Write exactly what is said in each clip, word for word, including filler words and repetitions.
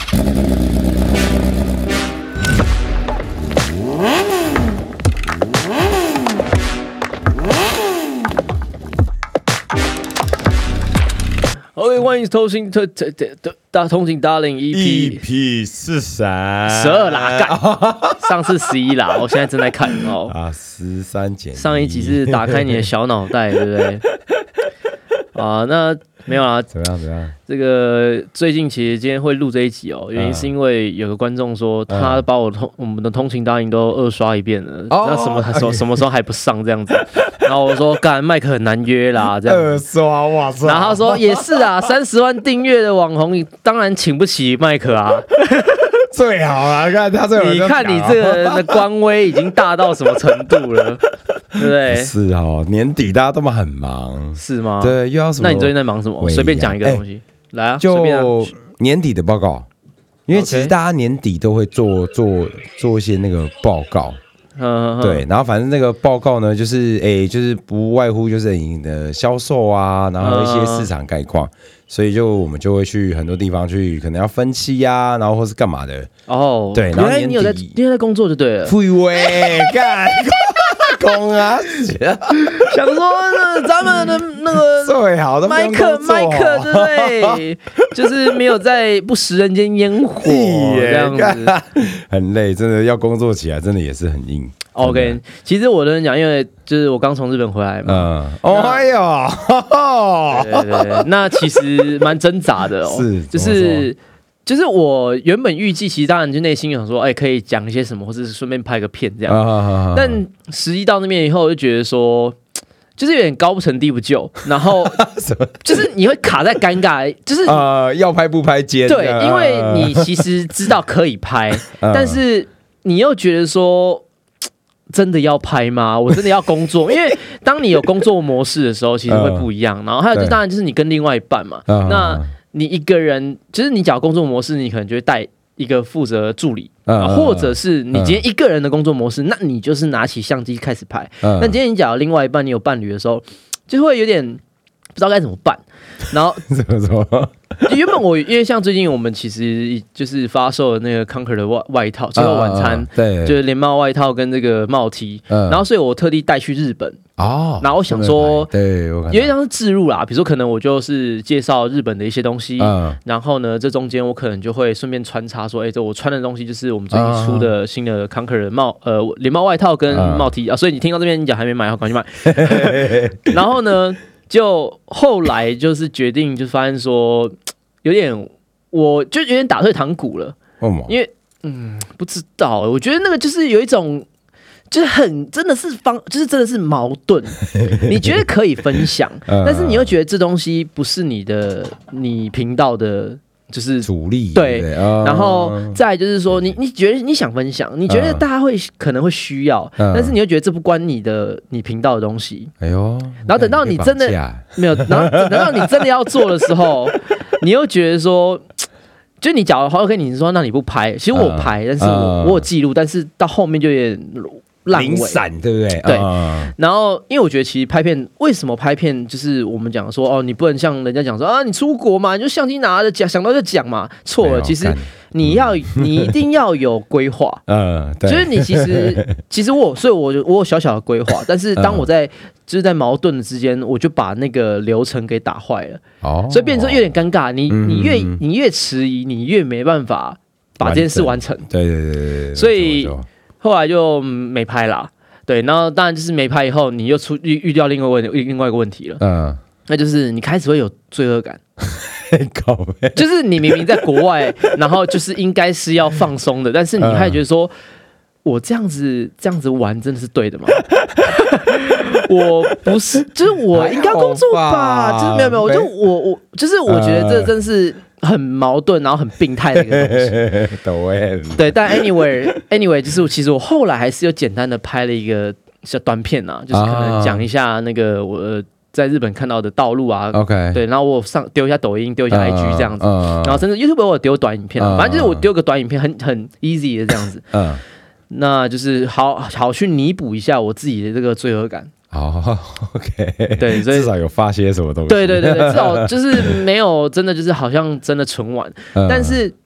OK， 欢迎偷听特特特大通勤 Darling E P E P 四三十二啦，干上次十一啦，我现在正在看哦。 啊，十三减上一集是打开你的小脑袋，对不对？啊，那没有啦， 怎么样？怎么样？ 这个最近其实今天会录这一集哦，原因是因为有个观众说他把我通我们的通勤答应都二刷一遍了， 哦、 那什么什么什么时候还不上这样子？然后我说干麦克很难约啦，这样二刷哇塞！ 然后他说也是啊，三十万订阅的网红当然请不起麦克啊。 最好啦，看他这个， 你看你这个人的官威已经大到什么程度了，对不对？ 是哦，年底大家都很忙， 是吗？ 对，又要什么？ 那你最近在忙什么？随便讲一个东西，欸、来啊， 就啊年底的报告，因为其实大家年底都会做做做一些那个报告。 嗯， 对，然后反正那个报告呢，就是诶、欸，就是不外乎就是你的销售啊，然后一些市场概况，所以就我们就会去很多地方去，可能要分析呀、啊，然后或是干嘛的。 哦， 对，然后你有在你有在工作就对了。 废话，干工啊！ 想说呢，咱们的那个最好的麦克麦克，对不对？就是没有在不食人间烟火这样子， 很累，真的要工作起来，真的也是很硬。 OK， 其实我跟你讲，因为就是我刚从日本回来嘛， 嗯，哦哎呦， 对对对，那其实蛮挣扎的哦， 是， 就是就是我原本预计，其实当然就内心想说，哎、欸，可以讲一些什么，或者是顺便拍个片这样，啊、但实际到那边以后，就觉得说，就是有点高不成低不就，然后就是你会卡在尴尬，就是呃要拍不拍肩， 对，因为你其实知道可以拍，但是你又觉得说。真的要拍吗？我真的要工作，因为当你有工作模式的时候，其实会不一样。然后还有就当然就是你跟另外一半嘛，那你一个人，就是你讲工作模式，你可能就会带一个负责助理，或者是你今天一个人的工作模式，那你就是拿起相机开始拍。那今天你讲另外一半，你有伴侣的时候，就会有点不知道该怎么办。然后怎么说？ 原本我因为像最近我们其实就是发售了那个 Conquer 的外外套，最后晚餐，对，就是连帽外套跟这个帽 T，、嗯、然后所以我特地带去日本哦，然后我想说， 对，我有点像是置入啦，比如说可能我就是介绍日本的一些东西，嗯、然后呢，这中间我可能就会顺便穿插说，哎、欸，这我穿的东西就是我们最近出的新的 Conquer 的帽呃连帽外套跟帽 T、嗯、啊，所以你听到这边你讲还没买，赶紧买，然后呢。就后来就是决定，就发现说有点，我就有点打退堂鼓了，因为嗯不知道，我觉得那个就是有一种，就是很真的是方，就是真的是矛盾。你觉得可以分享，但是你又觉得这东西不是你的，你频道的。就是主力对，对哦、然后再来就是说，你你觉得你想分享，你觉得大家会、嗯、可能会需要，嗯、但是你又觉得这不关你的你频道的东西，哎呦，然后等到你真的没有，然后等到你真的要做的时候，你又觉得说，就你假如好 OK， 你说那你不拍，其实我拍，嗯、但是我、嗯、我有记录，但是到后面就有点。 零散对不对？ 对，嗯、然后因为我觉得其实拍片，为什么拍片就是我们讲说哦，你不能像人家讲说啊，你出国嘛，你就相机拿着讲，想到就讲嘛，错了。其实你要、嗯、你一定要有规划，嗯，对，就是你其实其实我，所以我我有小小的规划，但是当我在、嗯、就是在矛盾的之间，我就把那个流程给打坏了，哦，所以变成说有点尴尬。你你越你越迟疑，你越没办法把这件事完成。 对对对对对， 所以。后来就没拍啦，对，然后当然就是没拍以后，你又出遇遇到另外问另外一个问题了，嗯，那就是你开始会有罪恶感，就是你明明在国外，然后就是应该是要放松的，但是你还觉得说，嗯、我这样子这样子玩真的是对的吗？我不是，就是我应该工作吧，就是没有没有，我就我我就是我觉得这真是。很矛盾，然后很病态的一个东西。对，但 anyway anyway， 就是其实我后来还是有简单的拍了一个小短片啊，就是可能讲一下那个我在日本看到的道路啊。OK， 对，然后我上丢一下抖音，丢一下 I G 这样子，然后甚至 YouTube 我有丢短影片，反正就是我丢个短影片，很很 easy 的这样子。嗯，那就是好好去弥补一下我自己的这个罪恶感。 哦、oh, ，OK， 对，所以至少有发些什么东西。 对对对对，至少就是没有真的就是好像真的纯玩，嗯、但是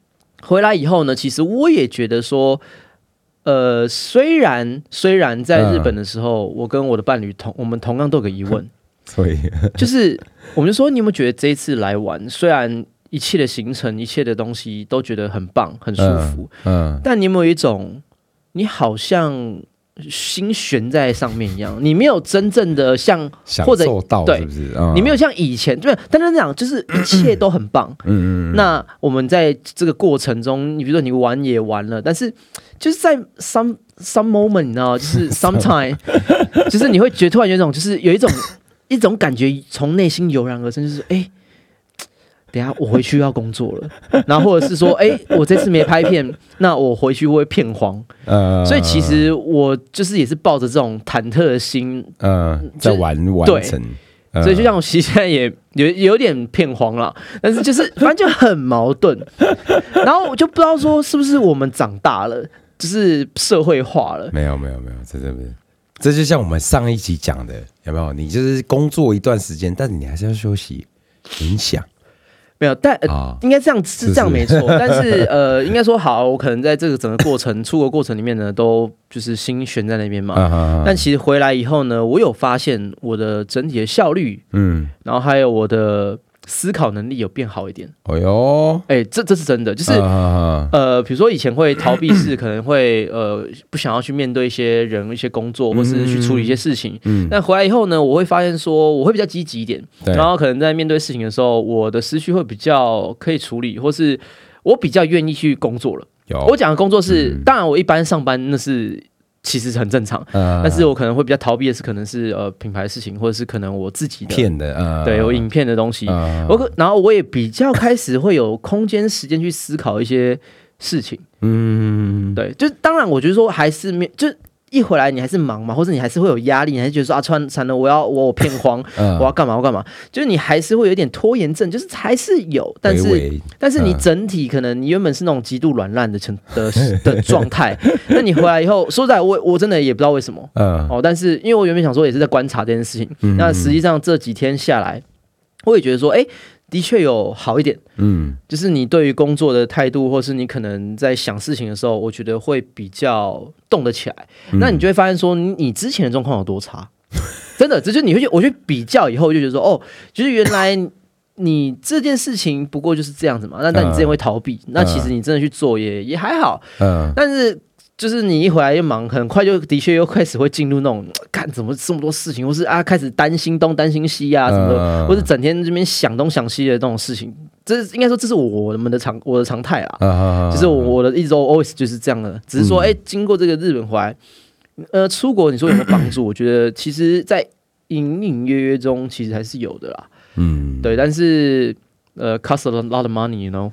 回来以后呢，其实我也觉得说，呃，虽然虽然在日本的时候，嗯、我跟我的伴侣同我们同样都有个疑问， 所以就是我们就说，你有没有觉得这一次来玩，虽然一切的行程、一切的东西都觉得很棒、很舒服，嗯，嗯但你有没有一种，你好像心悬在上面一样，你没有真正的像或者享受到，是不是？ 嗯、你没有像以前，对，单单讲就是一切都很棒。嗯嗯。那我们在这个过程中，你比如说你玩也玩了，但是就是在 some some moment， 你知道，就是 sometime， 就是你会觉得突然有一种，就是有一种一种感觉从内心油然而生，就是哎。欸等一下我回去要工作了，然后或者是说，哎、欸，我这次没拍片，那我回去会不会片荒？呃，所以其实我就是也是抱着这种忐忑的心，呃， 在完完成。 所以就像我其实现在也有有点片荒了，但是就是反正就很矛盾，然后我就不知道说是不是我们长大了，就是社会化了。 没有没有没有，这这不是，这就像我们上一集讲的，有没有？你就是工作一段时间，但是你还是要休息，冥想。 没有，但、呃啊、应该这样是这样没错，但是呃，应该说好，我可能在这个整个过程出国过程里面呢，都就是心悬在那边嘛。啊啊啊但其实回来以后呢，我有发现我的整体的效率，嗯，然后还有我的思考能力有变好一点。哎呦，哎、欸，这这是真的，就是、啊啊、呃，比如说以前会逃避式，可能会呃不想要去面对一些人、一些工作，或是去处理一些事情。嗯，但回来以后呢，我会发现说，我会比较积极一点，然后可能在面对事情的时候，我的思绪会比较可以处理，或是我比较愿意去工作了。我讲的工作是，嗯、当然我一般上班那是。其实很正常，呃、但是我可能会比较逃避的是，可能是呃品牌的事情，或者是可能我自己的片的，呃、 对我影片的东西。呃、我然后我也比较开始会有空间时间去思考一些事情。嗯，对，就当然我觉得说还是没就。一回来你还是忙嘛，或者你还是会有压力，你还是觉得说啊，穿惨了，我要我有片荒，嗯、我要干嘛我干嘛，就是你还是会有点拖延症，就是还是有，但是微微但是你整体可能你原本是那种极度软烂的的的状态，那你回来以后，说实在我我真的也不知道为什么，嗯、哦，但是因为我原本想说也是在观察这件事情，嗯、那实际上这几天下来，我也觉得说，哎、欸。的确有好一点，嗯，就是你对于工作的态度，或是你可能在想事情的时候，我觉得会比较动得起来。嗯、那你就会发现说你，你之前的状况有多差，真的，这就你会，我去比较以后就觉得说，哦，就是原来你这件事情不过就是这样子嘛。那但你之前会逃避，嗯、那其实你真的去做也也还好，嗯，但是。就是你一回来又忙，很快就的确又开始会进入那种看怎么这么多事情，或是啊开始担心东担心西啊什么的，呃、或是整天这边想东想西的这种事情，这应该说这是我们的常我的常态啦。呃、就是我我的一周 always 就是这样的，只是说哎、嗯欸，经过这个日本回來，呃，出国你说有没有帮助？我觉得其实，在隐隐约约中其实还是有的啦。嗯，对，但是。呃、uh, ，cost a lot of money，you know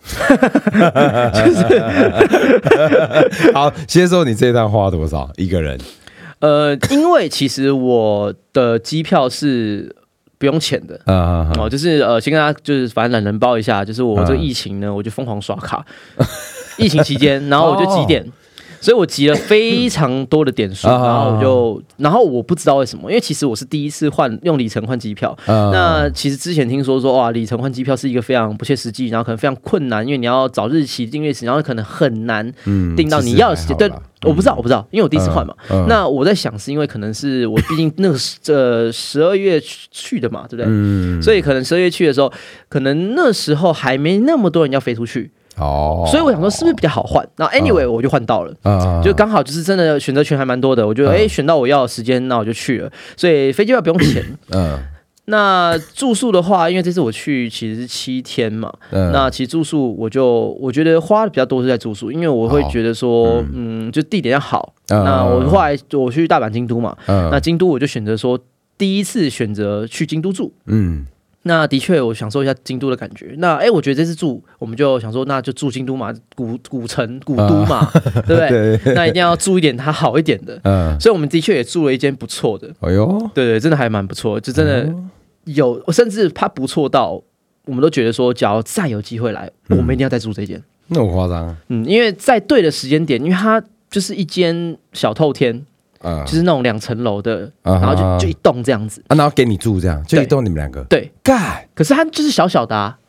就是好，先说你这一趟花多少一个人？ 呃，因为其实我的机票是不用钱的，啊啊啊哦，就是呃，先跟大家就是反正懒人包一下，就是我这个疫情呢，我就疯狂刷卡，疫情期间，然后我就集点。哦所以我集了非常多的点数，然后我就，然后我不知道为什么，因为其实我是第一次换用里程换机票。那其实之前听说说哇，里程换机票是一个非常不切实际，然后可能非常困难，因为你要找日期、订阅时，然后可能很难订到你要的时间。对，我不知道，我不知道，因为我第一次换嘛。那我在想，是因为可能是我毕竟那个呃十二月去的嘛，对不对？所以可能十二月去的时候，可能那时候还没那么多人要飞出去。哦，所以我想说是不是比较好换？然后 anyway 我就换到了，嗯、就刚好就是真的选择权还蛮多的，我觉得哎、嗯欸、选到我要的时间，那我就去了。所以飞机票不用钱。嗯，那住宿的话，因为这次我去其实是七天嘛，嗯、那其实住宿我就我觉得花的比较多是在住宿，因为我会觉得说，嗯, 嗯，就地点要好。嗯、那我后来我去大阪、京都嘛，嗯、那京都我就选择说第一次选择去京都住，嗯。那的确，我享受一下京都的感觉。那哎、欸，我觉得这次住，我们就想说，那就住京都嘛，古古城、古都嘛，啊、对不对？对那一定要住一点它好一点的。嗯，所以我们的确也住了一间不错的。哎呦，对对，真的还蛮不错，就真的有，甚至它不错到我们都觉得说，假如再有机会来，嗯、我们一定要再住这间。 那么夸张？ 嗯，因为在对的时间点，因为它就是一间小透天。Uh, 就是那种两层楼的， uh, 然后就就一栋这样子， 啊，然后给你住这样，就一栋你们两个， 对，干，可是它就是小小的啊，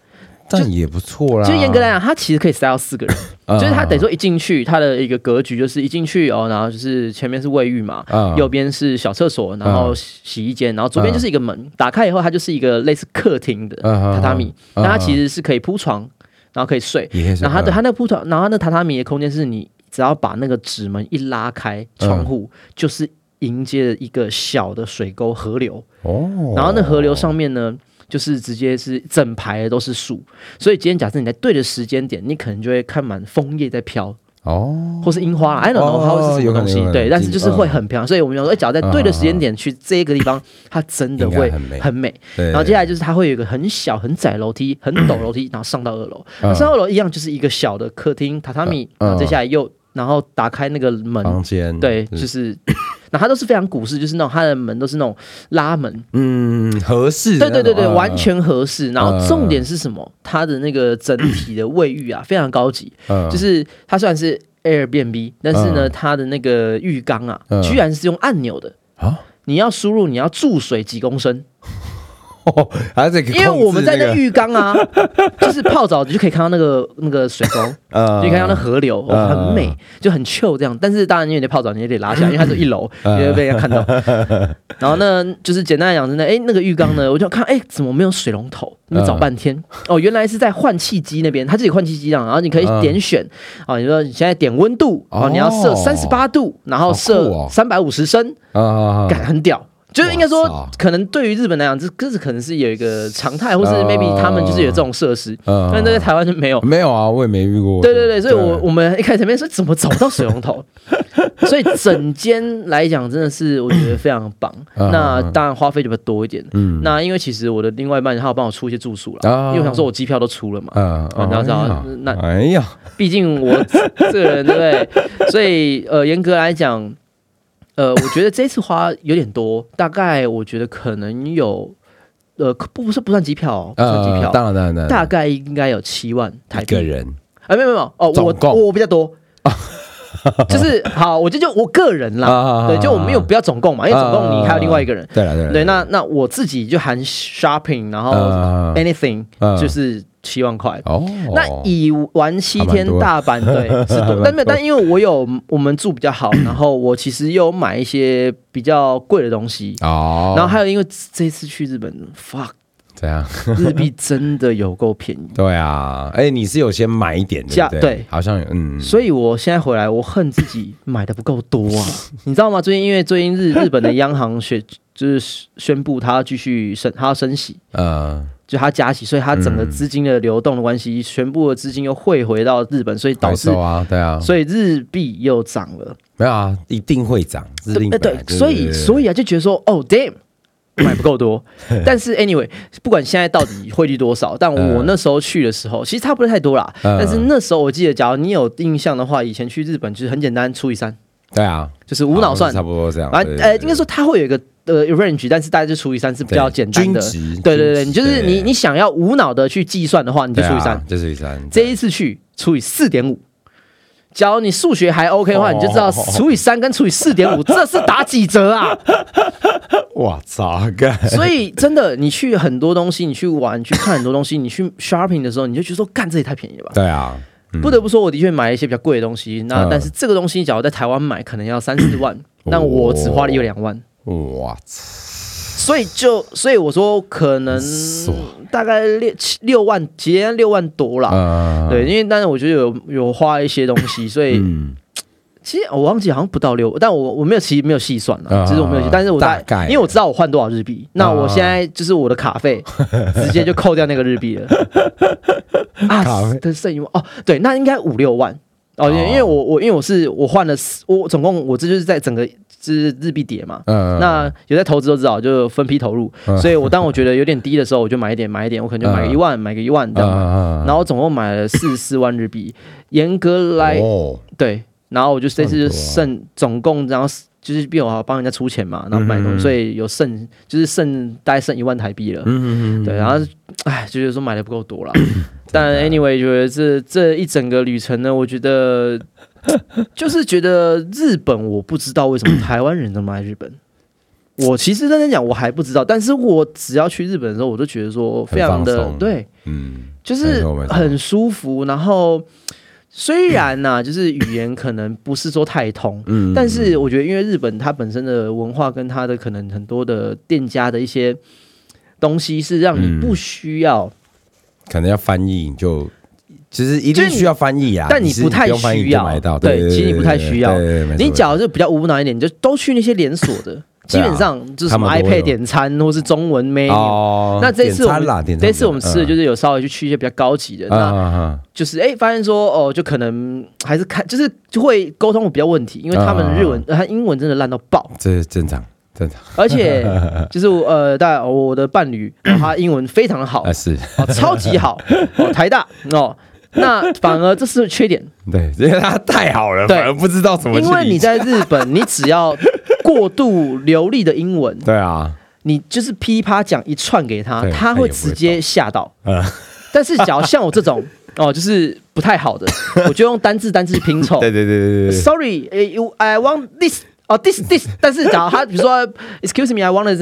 但也不错啦。 就严格来讲，它其实可以塞到四个人，嗯、就是它等于说一进去，它的一个格局就是一进去哦，然后就是前面是卫浴嘛，嗯、右边是小厕所，然后洗衣间，然后左边就是一个门，嗯、打开以后它就是一个类似客厅的榻榻米，那、嗯、它其实是可以铺床，然后可以睡， 可以睡然后它的它那个铺床，然后它那榻榻米的空间是你只要把那个纸门一拉开，窗户、嗯、就是迎接了一个小的水沟河流，哦，然后那河流上面呢。就是直接是整排的都是树，所以今天假设你在对的时间点，你可能就会看满枫叶在飘哦，或是樱花 ，I don't know 它会是什么东西，对，但是就是会很漂亮。所以我们想说，只要在对的时间点去这个地方，它真的会很美。然后接下来就是它会有一个很小很窄楼梯，很陡楼梯，然后上到二楼，上到二楼一样就是一个小的客厅榻榻米，然后接下来又然后打开那个门， 房间对，就是。然后它都是非常古式，就是那种它的门都是那种拉门， 嗯，合适， 对对对对，完全合适。然后重点是什么？它的那个整体的卫浴啊，非常高级，就是它虽然是 Airbnb， 但是呢，它的那个浴缸啊，居然是用按钮的啊！你要输入你要注水几公升。 哦、 因为我们在那浴缸啊，就是泡澡，你就可以看到那个那个水沟，呃、就可以看到那河流，哦、很美，就很 chill 这样。但是当然，因为你泡澡，你也得拉下来，因为它是一楼，你会被人家看到。然后呢，就是简单来讲，真的，哎，那个浴缸呢，我就看，哎，怎么没有水龙头？你找半天，哦，原来是在换气机那边，它自己换气机这样，然后你可以点选，啊，你说你现在点温度，啊，你要设三十八度，然后设三百五十升，啊，感很屌。就是应该说，可能对于日本来讲，这这是可能是有一个常态，或是 maybe 他们就是有这种设施，嗯、但在台湾就没有。 没有啊，我也没遇过。 对对对，所以我我们一开始面说怎么找不到水龙头，所以整间来讲真的是我觉得非常棒。嗯、那当然花费就比较多一点。嗯，那因为其实我的另外一半他有帮我出一些住宿了，嗯、因为我想说我机票都出了嘛，嗯，你要知道那哎呀，毕竟我这个人对不对？所以呃，严格来讲。呃，我觉得这次花有点多，大概我觉得可能有，呃，不不是不算机票、哦，不算机票， 呃、当然当然， 大概应该有七万台币一个人， 哎、呃，没有没有哦，我我比较多，就是好，我就就我个人啦，啊、对，就我没有不要总共嘛，因为总共你还有另外一个人， 对了对了， 对，那那我自己就含 shopping， 然后 anything、呃、就是。七万块哦，那以玩七天大阪对是多，但没有，但因为我有我们住比较好，然后我其实又买一些比较贵的东西哦，然后还有因为这次去日本 ，fuck， 怎样？ 日币真的有够便宜。 对啊，哎、欸，你是有先买一点的，对， 对， 好像嗯， 所以我现在回来，我恨自己买的不够多啊，你知道吗？最近因为最近日日本的央行宣就是宣布它要继续升，它要升息，呃。就它加息，所以它整个资金的流动的关系，嗯、全部的资金又汇回到日本，所以导致啊，对啊， 所以日币又涨了。 没有啊，一定会涨，日币对，所以所以啊，就觉得说，哦 ，damn， 买不够多。但是 anyway， 不管现在到底汇率多少，但我那时候去的时候，其实差不多太多啦。嗯、但是那时候我记得，假如你有印象的话，以前去日本就是很简单，除以三。 对啊， 就是无脑算， 差不多这样。 啊，呃，应该说它会有一个呃 range， 但是大家就除以三是比较简单的。对对对，你就是你你想要无脑的去计算的话，你就除以三， 就除以三。 这一次去除以四点五，假如你数学还 OK 的话，你就知道除以三跟除以四点五，这是打几折啊？ 哇操！干！ 所以真的，你去很多东西，你去玩，去看很多东西，你去 shopping 的时候，你就觉得说，干这也太便宜了吧？ 对啊。 嗯、不得不说，我的确买了一些比较贵的东西。那、嗯、但是这个东西，假如在台湾买，可能要三四万，那、哦、我只花了有两万。哇！所以就所以我说，可能大概六六万，其实六万多啦。嗯、对，因为但是我觉得有有花一些东西，所以。嗯其实我忘记好像不到六，但我我没有其实没有细算了，其实我没有细，但是我大概因为我知道我换多少日币，那我现在就是我的卡费直接就扣掉那个日币了啊，这剩一万哦，对，那应该五六万哦，因为我我因为我是我换了我总共我这就是在整个就是日币跌嘛，嗯，那有在投资都知道，就分批投入，所以我当我觉得有点低的时候，我就买一点买一点，我可能就买个一万，买个一万这样，然后总共买了四十四万日币，严格来对。然后我就这次就剩总共，然后就是变我帮人家出钱嘛，然后买东西，嗯、所以有剩就是剩大概剩一万台币了。嗯嗯对，然后哎，就觉得说买的不够多啦。但 anyway， 觉得这这一整个旅程呢，我觉得就是觉得日本，我不知道为什么台湾人那么爱日本。 我其实认真讲，我还不知道，但是我只要去日本的时候，我都觉得说非常的对，嗯，就是很舒服。然后虽然呢、啊，就是语言可能不是说太通，嗯，但是我觉得因为日本它本身的文化跟它的可能很多的店家的一些东西是让你不需要，嗯、 可能要翻译就。其实一定需要翻译啊， 但你不太需要。对，对，其实你不太需要。你假如就比较无脑一点，你就都去那些连锁的，基本上就是什么 iPad 点餐或是中文 menu。哦、那这次我们这次我们吃的就是有稍微去去一些比较高级的，嗯、那就是哎、欸、发现说哦，就可能还是看就是就会沟通比较问题，因为他们的日文、他、嗯、英文真的烂到爆， 这是正常。 而且就是呃，大概我的伴侣、哦、他英文非常好， 是、 哦、超级好，哦、台大哦。那反而这是缺点， 对，因为他太好了，反而不知道怎么去理解。 因为你在日本，你只要过度流利的英文， 对啊， 你就是噼啪讲一串给他，他会直接吓到。嗯，但是假如像我这种哦，就是不太好的，我就用单字单字拼凑。 对对对对对 Sorry, you I want this. 哦 ，this this， 但是假如他比如说 ，excuse me, I want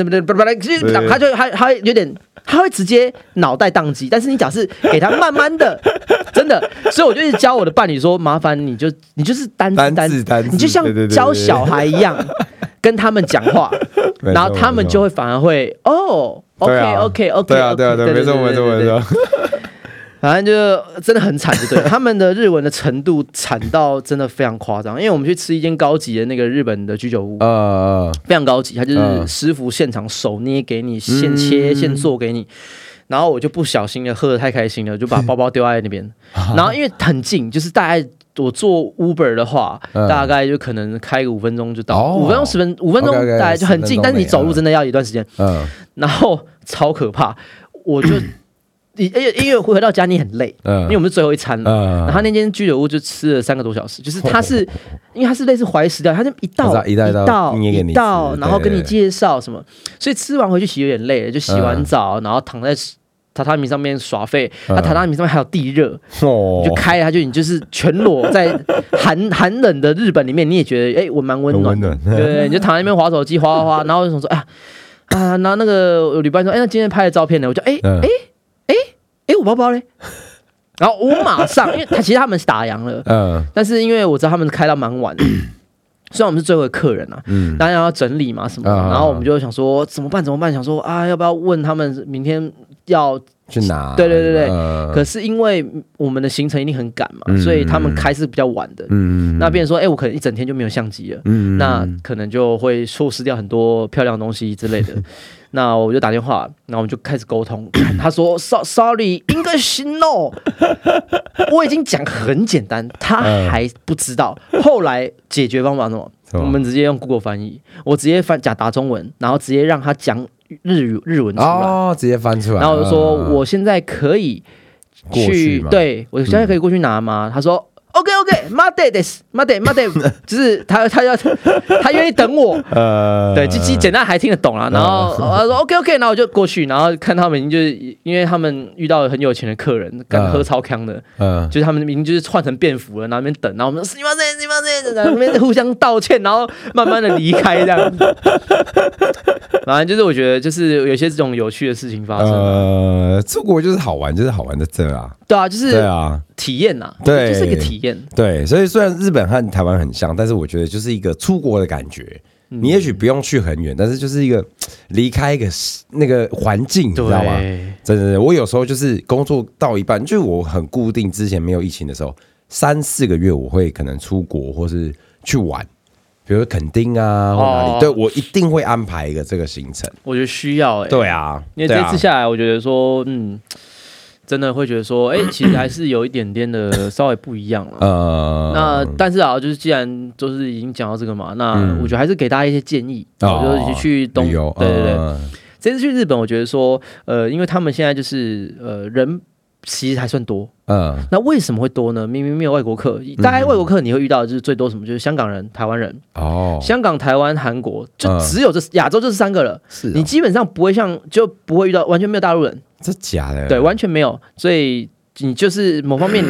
to， 他就他他有点，他会直接脑袋宕机。但是你假是给他慢慢的，真的，所以我就一直教我的伴侣说，麻烦你就你就是单字单字，你就像教小孩一样跟他们讲话，然后他们就会反而会哦 ，OK OK OK， 对啊对啊对，没错没错没错。 反正就真的很惨，就对了。他们的日文的程度惨到真的非常夸张，因为我们去吃一间高级的那个日本的居酒屋，呃，非常高级，他就是师傅现场手捏给你，现切现做给你。然后我就不小心的喝得太开心了，就把包包丢在那边。然后因为很近，就是大概我坐 Uber 的话，大概就可能开个五分钟就到，五分钟十分五分钟大概就很近，但是你走路真的要一段时间。嗯，然后超可怕，我就。因为因为回到家你很累，嗯、因为我们是最后一餐了，嗯、然后那间居酒屋就吃了三个多小时，就是它是，因为它是类似怀石料，它就一道一道一道一道，然后跟你介绍什么，所以吃完回去其实有点累了，就洗完澡，嗯、然后躺在榻榻米上面耍废，它、嗯、榻榻米上面还有地热，嗯、你就开它就你就是全裸在寒寒冷的日本里面，你也觉得哎、欸、我蛮温暖的，对对，你就躺在那边滑手机滑滑滑，然后就想说哎呀啊，然后那个旅伴说哎、欸、那今天拍的照片呢，我就哎哎。欸欸哎，我包包嘞？然后我马上，因为他其实他们是打烊了，嗯，但是因为我知道他们开到蛮晚的，虽然我们是最后的客人啊，嗯，当然要整理嘛什么的，嗯、然后我们就想说怎么办？怎么办？想说啊，要不要问他们明天要去拿？ 对对对对。嗯、可是因为我们的行程一定很赶嘛，嗯、所以他们开是比较晚的，嗯，那变成说，哎，我可能一整天就没有相机了，嗯，那可能就会错失掉很多漂亮的东西之类的。那我就打电话，然后我们就开始沟通。他说 ：“Sorry, English no。”我已经讲很简单，他还不知道。后来解决方法是什么？我们直接用 Google 翻译，我直接翻假打中文，然后直接让他讲日语日文出来， 哦，直接翻出来。 然后我就说：“我现在可以去，对我现在可以过去拿吗？”嗯、他说。OK OK， 待ってです，待って待って，就是他他要他愿意等我，呃，对，其实简单还听得懂啦。然后他说 OK OK， 然后我就过去，然后看他们就是因为他们遇到很有钱的客人，敢喝超康的，嗯，就是他们明明就是换成便服了，然后那边等，然后我们说すみませんすみません，然后那边互相道歉，然后慢慢的离开这样子。反正就是我觉得就是有些这种有趣的事情发生。 呃，出国就是好玩，就是好玩在这啊。 对啊，就是对啊， 体验呐， 对， 就是一个体验。 对，所以虽然日本和台湾很像，但是我觉得就是一个出国的感觉。嗯、你也许不用去很远，但是就是一个离开一个那个环境，你知道吗？真的，我有时候就是工作到一半，就我很固定，之前没有疫情的时候，三四个月我会可能出国或是去玩。比如垦丁啊，或哪里，哦、对我一定会安排一个这个行程。 我觉得需要哎、欸， 对啊， 因为这次下来，我觉得说，嗯，真的会觉得说，哎、欸，其实还是有一点点的稍微不一样了。呃，那但是啊，就是既然都是已经讲到这个嘛，那我觉得还是给大家一些建议，嗯、就是去东，哦、对对对，呃、这次去日本，我觉得说，呃，因为他们现在就是呃人。其实还算多，嗯，那为什么会多呢？明明没有外国客，大概外国客你会遇到的就是最多什么？就是香港人、台湾人，哦，香港、台湾、韩国，就只有这亚洲就是三个了。是、哦，你基本上不会像就不会遇到完全没有大陆人， 这假的？ 对，完全没有。所以你就是某方面你是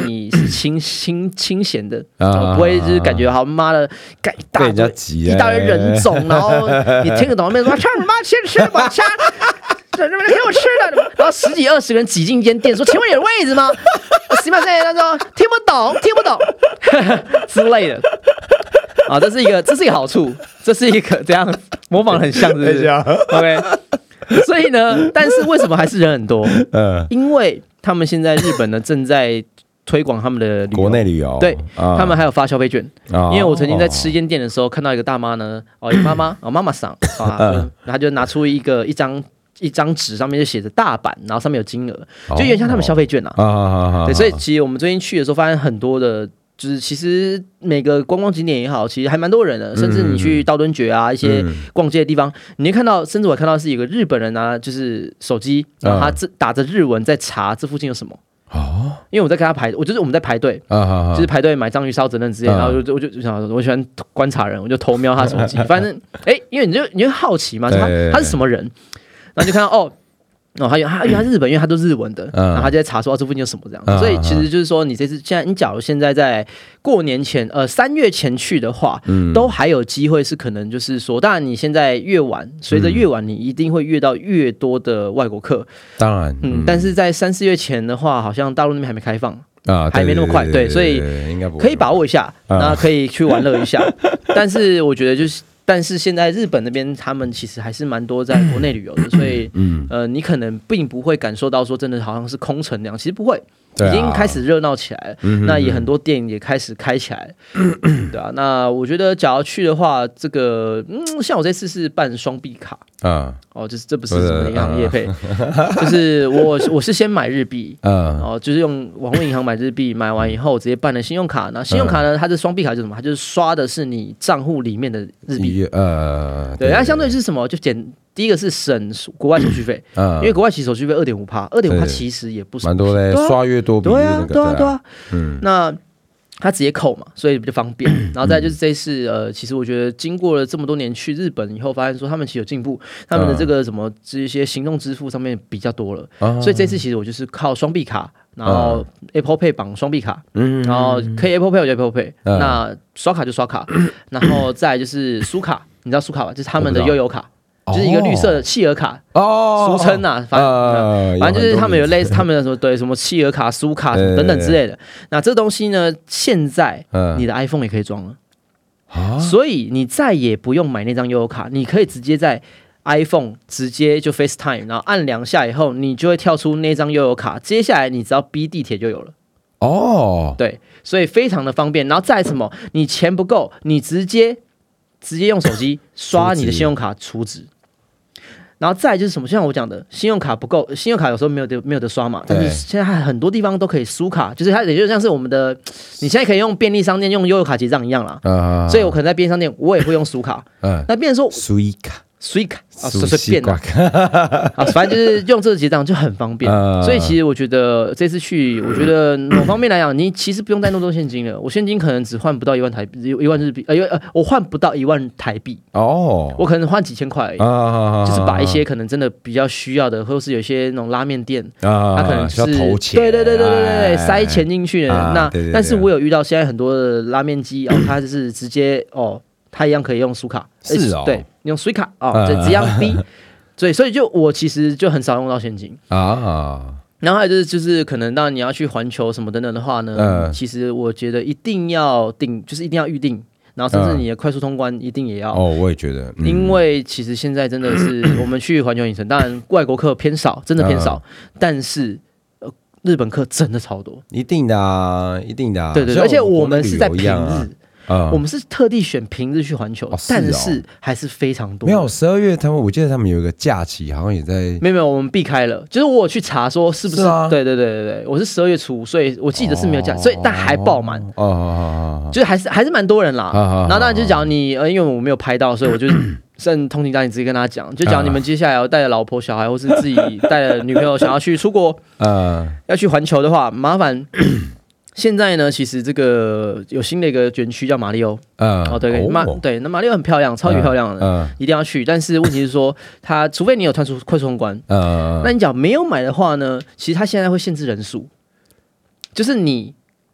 清清清闲的，啊、不会就是感觉好妈的干一大堆一大堆人种，然后你听得懂那边说唱什么先吃吧，吃。给我吃的，然后十几二十个人挤进一间店，说：“请问有位置吗？”西马赛他说：“听不懂，听不懂之类的。”啊，这是一个，这是一个好处，这是一个这样模仿很像，是不是 ？OK。所以呢，但是为什么还是人很多？嗯，因为他们现在日本呢正在推广他们的旅游国内旅游， 对、啊、他们还有发消费券、啊。因为我曾经在吃一间店的时候，看到一个大妈呢，哦，妈妈，哦，妈妈桑啊，她就拿出一个一张。一张纸上面就写着大阪，然后上面有金额，就有点像他们消费券啊。哦、对，所以其实我们最近去的时候，发现很多的，就是其实每个观光景点也好，其实还蛮多人的。甚至你去道顿崛啊，一些逛街的地方，你会看到，甚至我看到是有个日本人拿就是手机，然后他打着日文在查这附近有什么。哦，因为我在跟他排，我就是我们在排队，啊、就是排队买章鱼烧等等之类，然后我就我就想，我喜欢观察人，我就偷瞄他手机，反正哎、欸，因为你就你就好奇嘛，他他是什么人？然后就看到哦，哦，他他他是日本，因为他都日文的，嗯、然后他就在查说、哦、这附近有什么这样、嗯，所以其实就是说，你这次现在，你假如现在在过年前，呃，三月前去的话，嗯，都还有机会是可能就是说，当然你现在越晚，随着越晚，你一定会遇到越多的外国客， 当然， 嗯，嗯但是在三四月前的话，好像大陆那边还没开放。啊，还没那么快，对，所以可以把握一下，那可以去玩乐一下。但是我觉得就是。但是现在日本那边他们其实还是蛮多在国内旅游的，所以、嗯、呃，你可能并不会感受到说真的好像是空城那样，其实不会，已经开始热闹起来了。嗯、那也很多店也开始开起来了，嗯、对啊。那我觉得假如去的话，这个嗯，像我这次是办双币卡啊，哦，就是这不是什么银行业配，就是我我是先买日币，嗯，然后就是用网络银行买日币，买完以后直接办了信用卡。那信用卡呢，它的双币卡就是什么？它就是刷的是你账户里面的日币。呃，对，它相对是什么？就简第一个是省国外手续费，嗯，因为国外其实手续费二点五趴，二点五趴其实也不少， 蛮多的，刷越多比对啊，对啊，对啊，嗯，那它直接扣嘛，所以比较方便。然后再就是这次，呃，其实我觉得经过了这么多年去日本以后，发现说他们其实有进步，他们的这个什么这些行动支付上面比较多了，所以这次其实我就是靠双币卡。然后 Apple Pay 绑双币卡，嗯，然后可以 Apple Pay 我就 Apple Pay，、嗯、那刷卡就刷卡，然后再来就是苏卡，你知道苏卡吧？就是他们的悠游卡，就是一个绿色的企鹅卡，哦，俗称啊，反正、呃、反正就是他们有类似他们的什么对什么企鹅卡、苏卡等等之类的。那这东西呢，现在你的 iPhone 也可以装了，嗯、所以你再也不用买那张悠游卡，你可以直接在。iPhone 直接就 FaceTime， 然后按两下以后，你就会跳出那张悠游卡。接下来你只要逼地铁就有了。哦，对，所以非常的方便。然后再什么，你钱不够，你直接直接用手机刷你的信用卡储值。然后再就是什么，像我讲的，信用卡不够，信用卡有时候没有得没有得刷嘛。但是现在很多地方都可以苏卡，就是它也就像是我们的，你现在可以用便利商店用悠游卡结账一样啦。Uh, 所以我可能在便利商店我也会用苏卡。Uh, 那变成说苏卡。水卡啊，随随便的啊，反正就是用这个结账就很方便。呃、所以其实我觉得这次去，我觉得某方面来讲，你其实不用带那么多现金了。我现金可能只换不到一万台币，一万日币，呃，呃，我换不到一万台币哦，我可能换几千块而已。啊、就是把一些可能真的比较需要的，或是有些那种拉面店，啊、它可能是投钱， 对对对对对对对，塞钱进去的。啊、那对对对，但是我有遇到现在很多的拉面机哦，它就是直接哦。它一样可以用苏卡， 是哦， 对，用水卡啊，就这样逼，对，所以就我其实就很少用到现金啊。然后还有就是就是可能当然你要去环球什么等等的话呢，嗯、其实我觉得一定要订，就是一定要预定，然后甚至你的快速通关一定也要。 哦，我也觉得， 嗯、因为其实现在真的是我们去环球影城，当然外国客偏少，真的偏少，嗯、但是。日本客真的超多， 一定的啊，一定的啊， 对对对，而且我们是在平日。嗯、我们是特地选平日去环球，哦是哦、但是还是非常多。 没有十二月，他们我记得他们有一个假期，好像也在。 没有没有，我们避开了。就是我有去查说是不是？是啊、对对对对对，我是十二月初，所以我记得是没有假，哦、所以但还爆满。哦哦哦，就是还是还是蛮多人啦。哦、然后当然就讲你呃，因为我没有拍到，所以我就趁通勤大你直接跟他讲，就讲你们接下来要带着老婆小孩，或是自己带着女朋友想要去出国，呃，要去环球的话，麻烦。现在呢，其实这个有新的一个园区叫马里欧，嗯，哦对，马、哦、对，那马里欧很漂亮，超级漂亮的，嗯，一定要去。但是问题是说，它除非你有快速快速通关，嗯，那你讲没有买的话呢，其实它现在会限制人数，就是你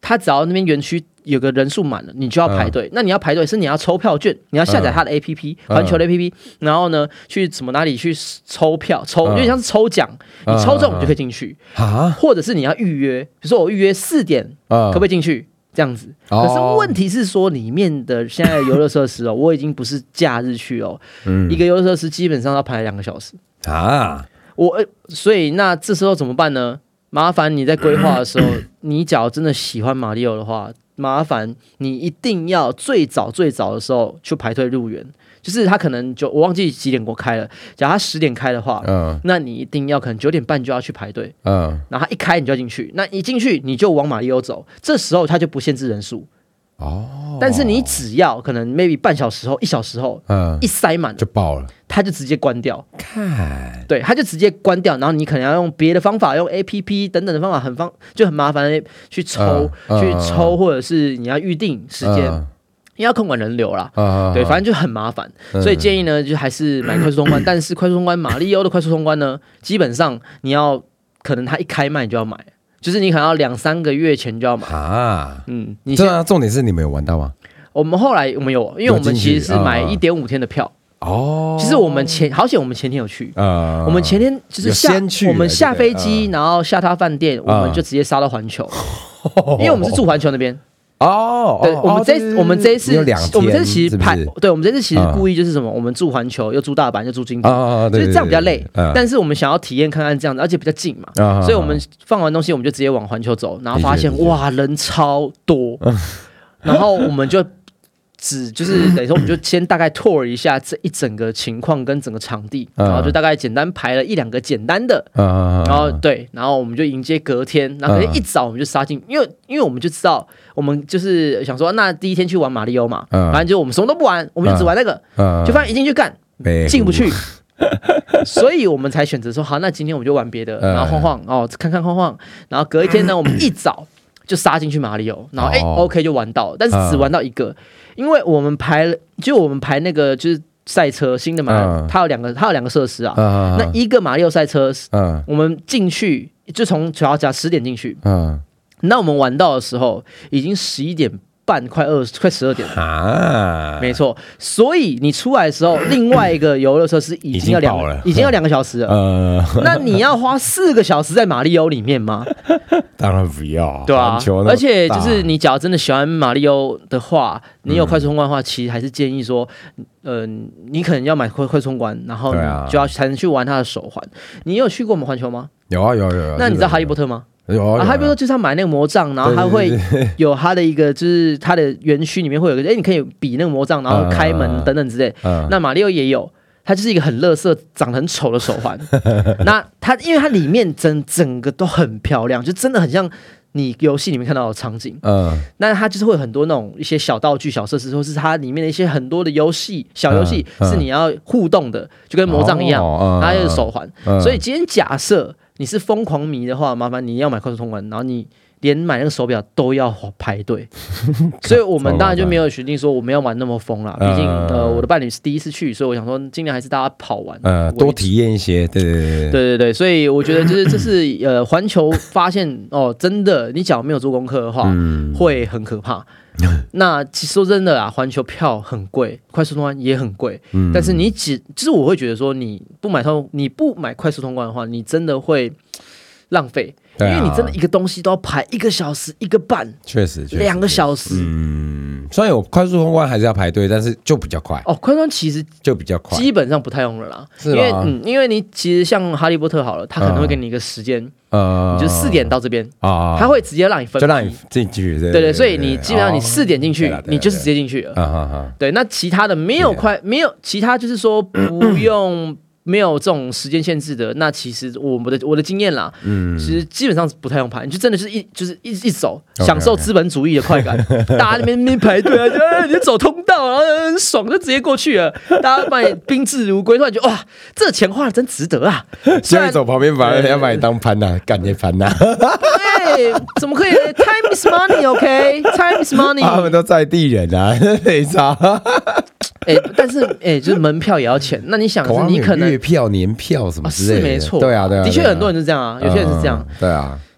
他只要那边园区有个人数满了，你就要排队。嗯、那你要排队是你要抽票券，你要下载他的 A P P， 环、嗯、球的 A P P， 然后呢去什么哪里去抽票，抽有点像是抽奖，嗯、你抽中你就可以进去啊，或者是你要预约，比如说我预约四点，嗯、可不可以进去？这样子，可是问题是说里面的现在游乐设施哦，我已经不是假日去哦，嗯、一个游乐设施基本上要排两个小时啊。我所以那这时候怎么办呢？麻烦你在规划的时候，你假如真的喜欢马里奥的话，麻烦你一定要最早最早的时候去排队入园。就是他可能就我忘记几点过开了，假如他十点开的话，嗯，那你一定要可能九点半就要去排队，嗯，然后他一开你就要进去，那一进去你就往马里奥走，这时候他就不限制人数，哦，但是你只要可能 maybe 半小时后、一小时后，嗯，一塞满就爆了， 他就直接关掉， 看， 对，他就直接关掉，然后你可能要用别的方法，用 A P P 等等的方法，很方就很麻烦的去抽、嗯、去抽，或者是你要预定时间。嗯因为要控管人流啦，啊、对，反正就很麻烦，嗯、所以建议呢，就还是买快速通关。但是快速通关，马里奥的快速通关呢，基本上你要可能它一开卖你就要买，就是你可能要两三个月前就要买啊。嗯，你对啊，重点是你们有玩到吗？ 我们后来我们有，因为我们其实是买一点五天的票。哦，其实我们前好险，我们前天有去，呃、我们前天就是下我们下飞机，呃、然后下榻饭店，呃、我们就直接杀到环球，呃、因为我们是住环球那边。 哦， 对，我们这、哦、我们这一次，我们这次其实排， 是是对，我们这次其实故意就是什么，嗯、我们住环球，又住大阪，又住京都，哦、所以这样比较累。嗯、但是我们想要体验看看这样子，而且比较近嘛，嗯、所以我们放完东西，我们就直接往环球走，然后发现哇，人超多，嗯、然后我们就只就是等于说，我们就先大概 tour 一下这一整个情况跟整个场地，嗯、然后就大概简单排了一两个简单的，嗯、然后对，然后我们就迎接隔天，然后隔天一早我们就杀进，因为因为我们就知道。我们就是想说，那第一天去玩马里奥嘛，嗯、反正就我们什么都不玩，我们就只玩那个，嗯、就发现一进去干，进不去，所以我们才选择说，好，那今天我们就玩别的，然后晃晃哦，看看晃晃，然后隔一天呢，我们一早就杀进去马里奥，然后哎、哦、，OK 就玩到，但是只玩到一个，因为我们排了，就我们排那个就是赛车新的马，嗯、它有两个，它有两个设施啊，嗯、那一个马里奥赛车，嗯、我们进去就从主要讲十点进去，嗯。那我们玩到的时候，已经十一点半，快二快十二点了啊！没错，所以你出来的时候，另外一个游乐设施已经要两已经要两个小时了。呃，那你要花四个小时在马里奥里面吗？ 当然不要， 对啊。而且就是你假如真的喜欢马里奥的话，你有快速通关的话，其实还是建议说，呃，你可能要买快快速通关，然后你就要才能去玩它的手环。你有去过我们环球吗？ 有啊，有有有。 那你知道哈利波特吗？ 有啊， 啊，他比如说就是他买那个魔杖，然后他会有他的一个，就是他的园区里面会有个，哎，你可以比那个魔杖，然后开门等等之类。嗯、那马里奥也有，它就是一个很垃圾、长得很丑的手环。那它因为它里面整整个都很漂亮，就真的很像你游戏里面看到的场景。嗯，那它就是会有很多那种一些小道具、小设施，或是它里面的一些很多的游戏、小游戏、嗯、是你要互动的，就跟魔杖一样，哦、它就是手环。嗯、所以今天假设。你是疯狂迷的话，麻烦你要买快速通关，然后你连买那个手表都要排队，所以我们当然就没有决定说我们要玩那么疯啦。毕竟呃，我的伴侣是第一次去，所以我想说尽量还是大家跑完， 呃，多体验一些，对对对对对对。所以我觉得就是这是呃，环球发现哦，真的，你假如没有做功课的话，嗯、会很可怕。那其实说真的啊，环球票很贵，快速通关也很贵，嗯、但是你只就是我会觉得说，你不买通，你不买快速通关的话，你真的会浪费，啊、因为你真的一个东西都要排一个小时一个半， 确实两个小时。 嗯，虽然有快速通关还是要排队，但是就比较快。 哦，快速通关其实就比较快， 基本上不太用了啦。 是因为嗯，因为你其实像哈利波特好了，他可能会给你一个时间。呃，你就四点到这边啊，他会直接让你分， 就让你进去，对对对，所以你基本上你四点进去，你就是直接进去了，啊对，那其他的没有快，没有其他就是说不用没有这种时间限制的，那其实我们的我的经验啦，嗯，其实基本上不太用排，你就真的就是一就是一一走，享受资本主义的快感，大家那边那边排队啊，就你走通道，然后很爽，就直接过去了，大家把你宾至如归，突然觉得哇，这钱花的真值得啊！ 现在走旁边反而要把你当盘呐，干你盘呐， 对，怎么可以 ？Time is money，OK？Time is money， 他们都在地人啊，没差。 哎、欸，但是哎、欸，就是门票也要钱。那你想是，你可能月票、年票什么之类的， 啊、是没错， 对啊，对啊， 的确很多人是这样啊，有些人是这样， 对啊。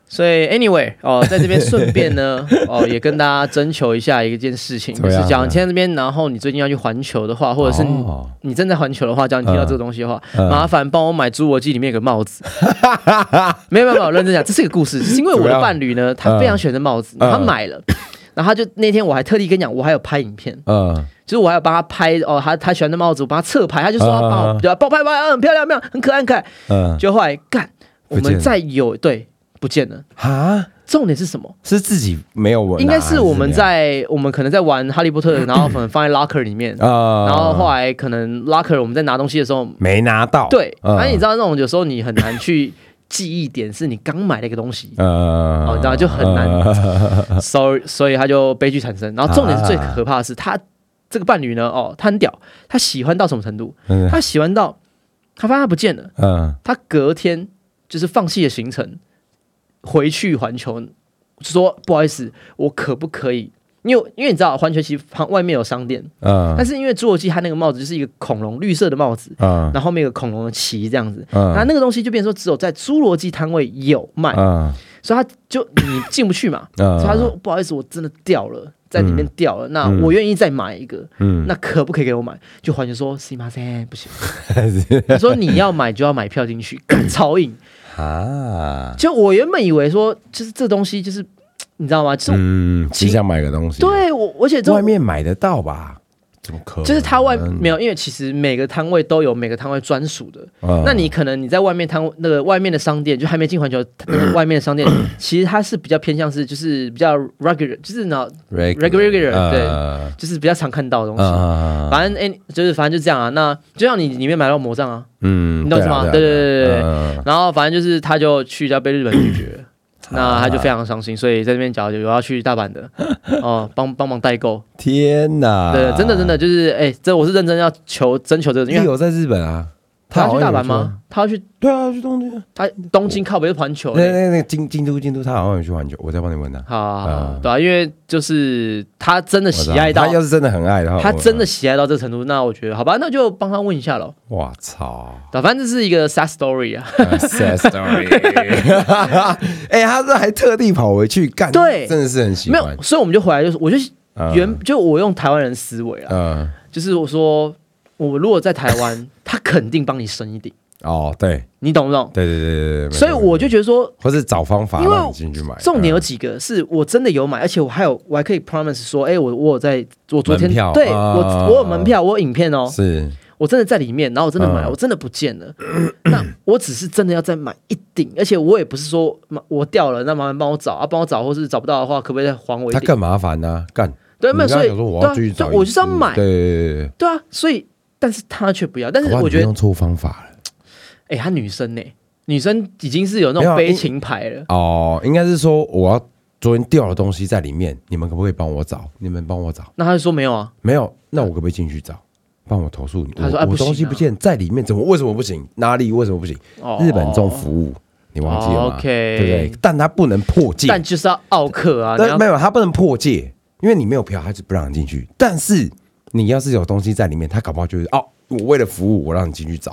所以 anyway 哦，在这边顺便呢哦，也跟大家征求一下一件事情，就是讲你现在这边，然后你最近要去环球的话，或者是 你,、哦、你正在环球的话，讲你听到这个东西的话，嗯、麻烦帮我买《侏罗纪》里面有个帽子。没有没有没有，认真讲，这是一个故事，是因为我的伴侣呢，他非常喜欢这帽子，嗯、他买了，然后他就那天我还特地跟你讲，我还有拍影片，嗯，就是我还有帮他拍哦，他他喜欢的帽子，我帮他侧拍，他就说他帮我帮我拍拍，很漂亮，漂亮，很可爱，很可爱。嗯，就后来干，我们再有对。不见了啊！重点是什么？ 是自己没有闻， 应该是我们在我们可能在玩哈利波特，然后可能放在 locker 里面啊，然后后来可能 locker 我们在拿东西的时候没拿到。 对，反正你知道那种有时候你很难去记忆点，是你刚买的一个东西，哦，你知道就很难，所以所以他就悲剧产生。然后重点是最可怕的是，他这个伴侣呢，哦，他很屌，他喜欢到什么程度？他喜欢到他发现他不见了，嗯，他隔天就是放弃了行程。回去环球说不好意思，我可不可以？因为因为你知道环球其实外面有商店，嗯，但是因为侏罗纪它那个帽子就是一个恐龙绿色的帽子，嗯，然后后面有个恐龙的鳍这样子，嗯，然后那个东西就变成说只有在侏罗纪摊位有卖，嗯，所以他就你进不去嘛，嗯，所以他说不好意思，我真的掉了，在里面掉了，嗯、那我愿意再买一个，嗯，那可不可以给我买？就环球说是吗？不行，他说你要买就要买票进去，超硬。啊！就我原本以为说，就是这东西，就是你知道吗？就是嗯， 只想买个东西。 对，我而且外面买得到吧？怎么可能？ 就是它外没有，因为其实每个摊位都有每个摊位专属的。嗯、那你可能你在外面摊那个外面的商店，就还没进环球那个外面的商店，其实它是比较偏向是就是比较 regular， 就是那 regular， 对，呃、就是比较常看到的东西。呃、反正哎、欸，就是反正就这样啊。那就像你里面买到魔杖啊。嗯，你懂什么？对对对对对。嗯、然后反正就是他就去要被日本拒绝，那他就非常伤心，所以在这边讲有要去大阪的哦，帮帮忙代购。 天哪！ 对，真的真的就是哎，这我是认真要求征求这个，因为有在日本啊。 他要去大阪吗？他要去， 对啊，去东京。 他东京靠北是环球， 那那那京京都京都，他好像有去环球，我再帮你问他。 好，好，对啊，因为就是他真的喜爱到， 他要是真的很爱的话， 他真的喜爱到这程度，那我觉得好吧，那就帮他问一下喽。 我操！ 反正这是一个 sad story 啊 ，sad story。哎，他这还特地跑回去干， 对， 真的是很喜欢。没有， 所以我们就回来，就是我就原就我用台湾人思维啊，就是我说。我如果在台湾，他肯定帮你升一顶哦，对， 你懂不懂？ 对对对对对， 所以我就觉得说， 或是找方法让你进去买。 重点有几个是我真的有买，而且我还有我还可以 promise 说，哎、欸，我我有在，我昨天对、啊、我我有门票，我有影片哦， 是我真的在里面，然后我真的买了，嗯、我真的不见了。那我只是真的要再买一顶，而且我也不是说我掉了，那麻烦帮我找啊，帮我找，或是找不到的话，可不可以再还我一顶？ 他更麻烦呢、啊，干对，没有，所以我要继续找， 我就是要买， 对对对对， 对啊，所以。但是他却不要，但是我觉得用错方法了。 哎、欸，他女生呢、欸？女生已经是有那种悲情牌了哦。应该是说我要昨天掉的东西在里面，你们可不可以帮我找？你们帮我找。 那他就说没有啊， 没有。那我可不可以进去找？帮我投诉你。 他说、 啊、 我, 我东西不见在里面，怎么为什么不行？哪里为什么不行？哦、日本这种服务你忘记了吗、哦、？OK， 对不对？但他不能破戒， 但就是要奥客啊。 但没有，他不能破戒，因为你没有票，他就不让你进去。但是你要是有东西在里面，他搞不好就是哦。我为了服务，我让你进去找，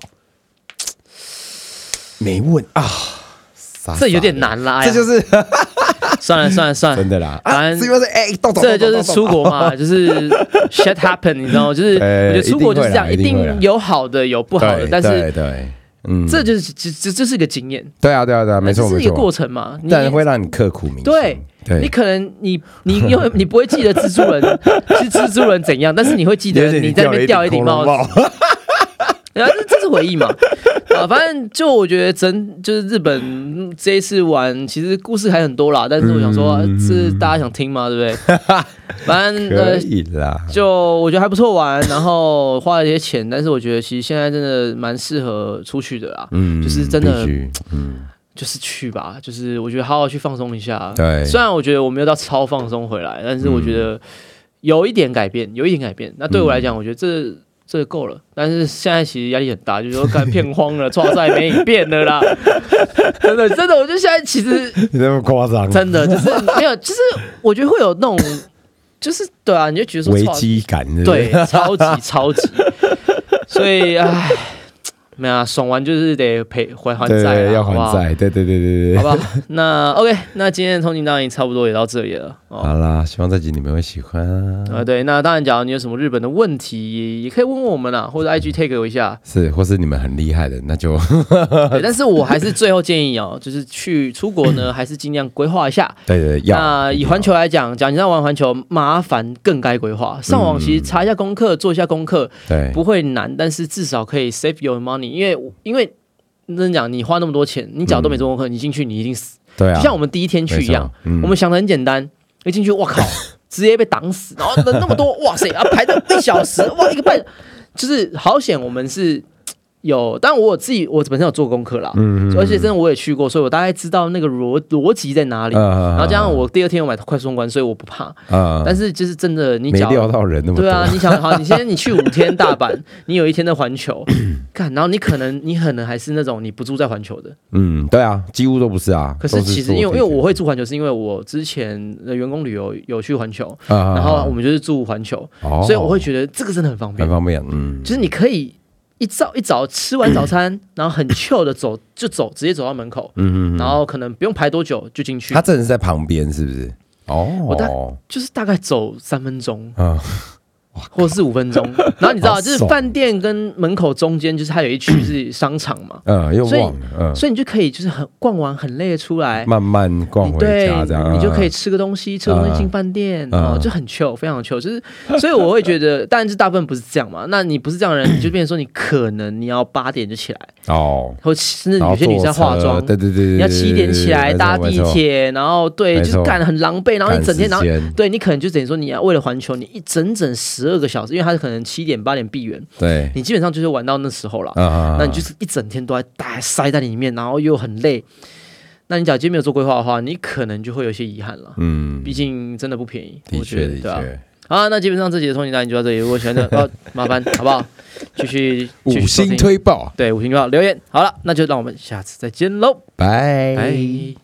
没问啊，傻傻这有点难啦， 这就是算了算了算了， 真的啦， 反正是因为哎， 这就是出国嘛，就是 shit happen， 你知道吗？就是我觉得出国就是这样，一定有好的有不好的，但是对对，嗯， 这就是这这这是一个经验， 对啊对啊对啊，没错没错， 这是一个过程嘛， 但会让你刻骨铭心， 对。你可能你你因为你不会记得蜘蛛人是蜘蛛人怎样，但是你会记得你在那边掉一顶帽子，然后这是回忆嘛啊，反正就我觉得真就是日本这一次玩，其实故事还很多啦，但是我想说，是大家想听吗？对不对？反正可以啦， 就我觉得还不错玩，然后花了一些钱，但是我觉得其实现在真的蛮适合出去的啦，嗯，就是真的，嗯。就是去吧，就是我觉得好好去放松一下。 对， 虽然我觉得我没有到超放松回来，但是我觉得有一点改变，有一点改变。那对我来讲，我觉得这这够了。但是现在其实压力很大，就是说干片荒了，创赛没影片了啦。真的真的，我觉得现在其实你那么夸张， 真的就是没有，就是我觉得会有那种，就是对啊，你就觉得说危机感， 对，超级超级。所以唉。 没有啊，爽完就是得赔还还债， 要还债，对对对对对， 好吧。那 OK， 那今天的通勤当然差不多也到这里了。 哦、好啦，希望这集你们会喜欢啊。 啊，对，那当然，假如你有什么日本的问题，也可以问问我们啦，或者 I G tag 我一下。 是，或是你们很厉害的，那就但是我还是最后建议哦，就是去出国呢，还是尽量规划一下。 对对，要。 那以环球来讲，假如你在玩环球，麻烦更该规划。上网其实查一下功课，做一下功课， 对， 不会难，但是至少可以 save your money， 因为因为真的讲，你花那么多钱，你假如都没做功课，你进去你一定死。 对啊， 就像我们第一天去一样，嗯、我们想的很简单，一进去，哇靠，直接被挡死，然后人那么多，哇塞，啊排了一小时，哇一个半，就是好险，我们是。有，但我自己我本身有做功课啦，嗯嗯，而且真的我也去过，所以我大概知道那个逻逻辑在哪里。嗯、然后加上我第二天有买快速通关，所以我不怕。嗯、但是就是真的，你没料到人那么多。 对啊，你想好，你现在你去五天大阪，你有一天的环球，看，然后你可能你可能还是那种你不住在环球的。 嗯，对啊，几乎都不是啊。 可是其实因为因为我会住环球，是因为我之前的员工旅游有去环球，嗯、然后我们就是住环球，哦、所以我会觉得这个真的很方便， 很方便。嗯， 就是你可以。一早一早吃完早餐，然后很 chill 的走就走，直接走到门口，嗯嗯，然后可能不用排多久就进去。 他真的是在旁边，是不是？哦， 我大就是大概走三分钟，嗯，或是五分钟。然后你知道，就是饭店跟门口中间，就是它有一区是商场嘛， 嗯，又忘了， 嗯，所以你就可以就是很逛完很累的出来， 慢慢逛回家，这样你就可以吃个东西，吃个东西进饭店，哦，就很 chill， 非常 chill。就是，所以我会觉得，当然是大部分不是这样嘛。那你不是这样的人，你就变成说你可能你要八点就起来哦，或甚至有些女生化妆， 对对对， 你要七点起来搭地铁，然后对，就是干得很狼狈，然后你整天，然后对你可能就等于说你要为了环球，你一整整十二个小时，因为它可能七点八点闭园， 对， 你基本上就是玩到那时候了，啊、那你就是一整天都在大塞在里面，然后又很累。那你假如今天没有做规划的话，你可能就会有些遗憾了。嗯，毕竟真的不便宜， 的确的确。 对吧？好，那基本上这集的通勤大家就到这里。如果喜欢的，哦，麻烦好不好？继续五星推爆， 对，五星推爆留言。好了，那就让我们下次再见喽， 拜拜。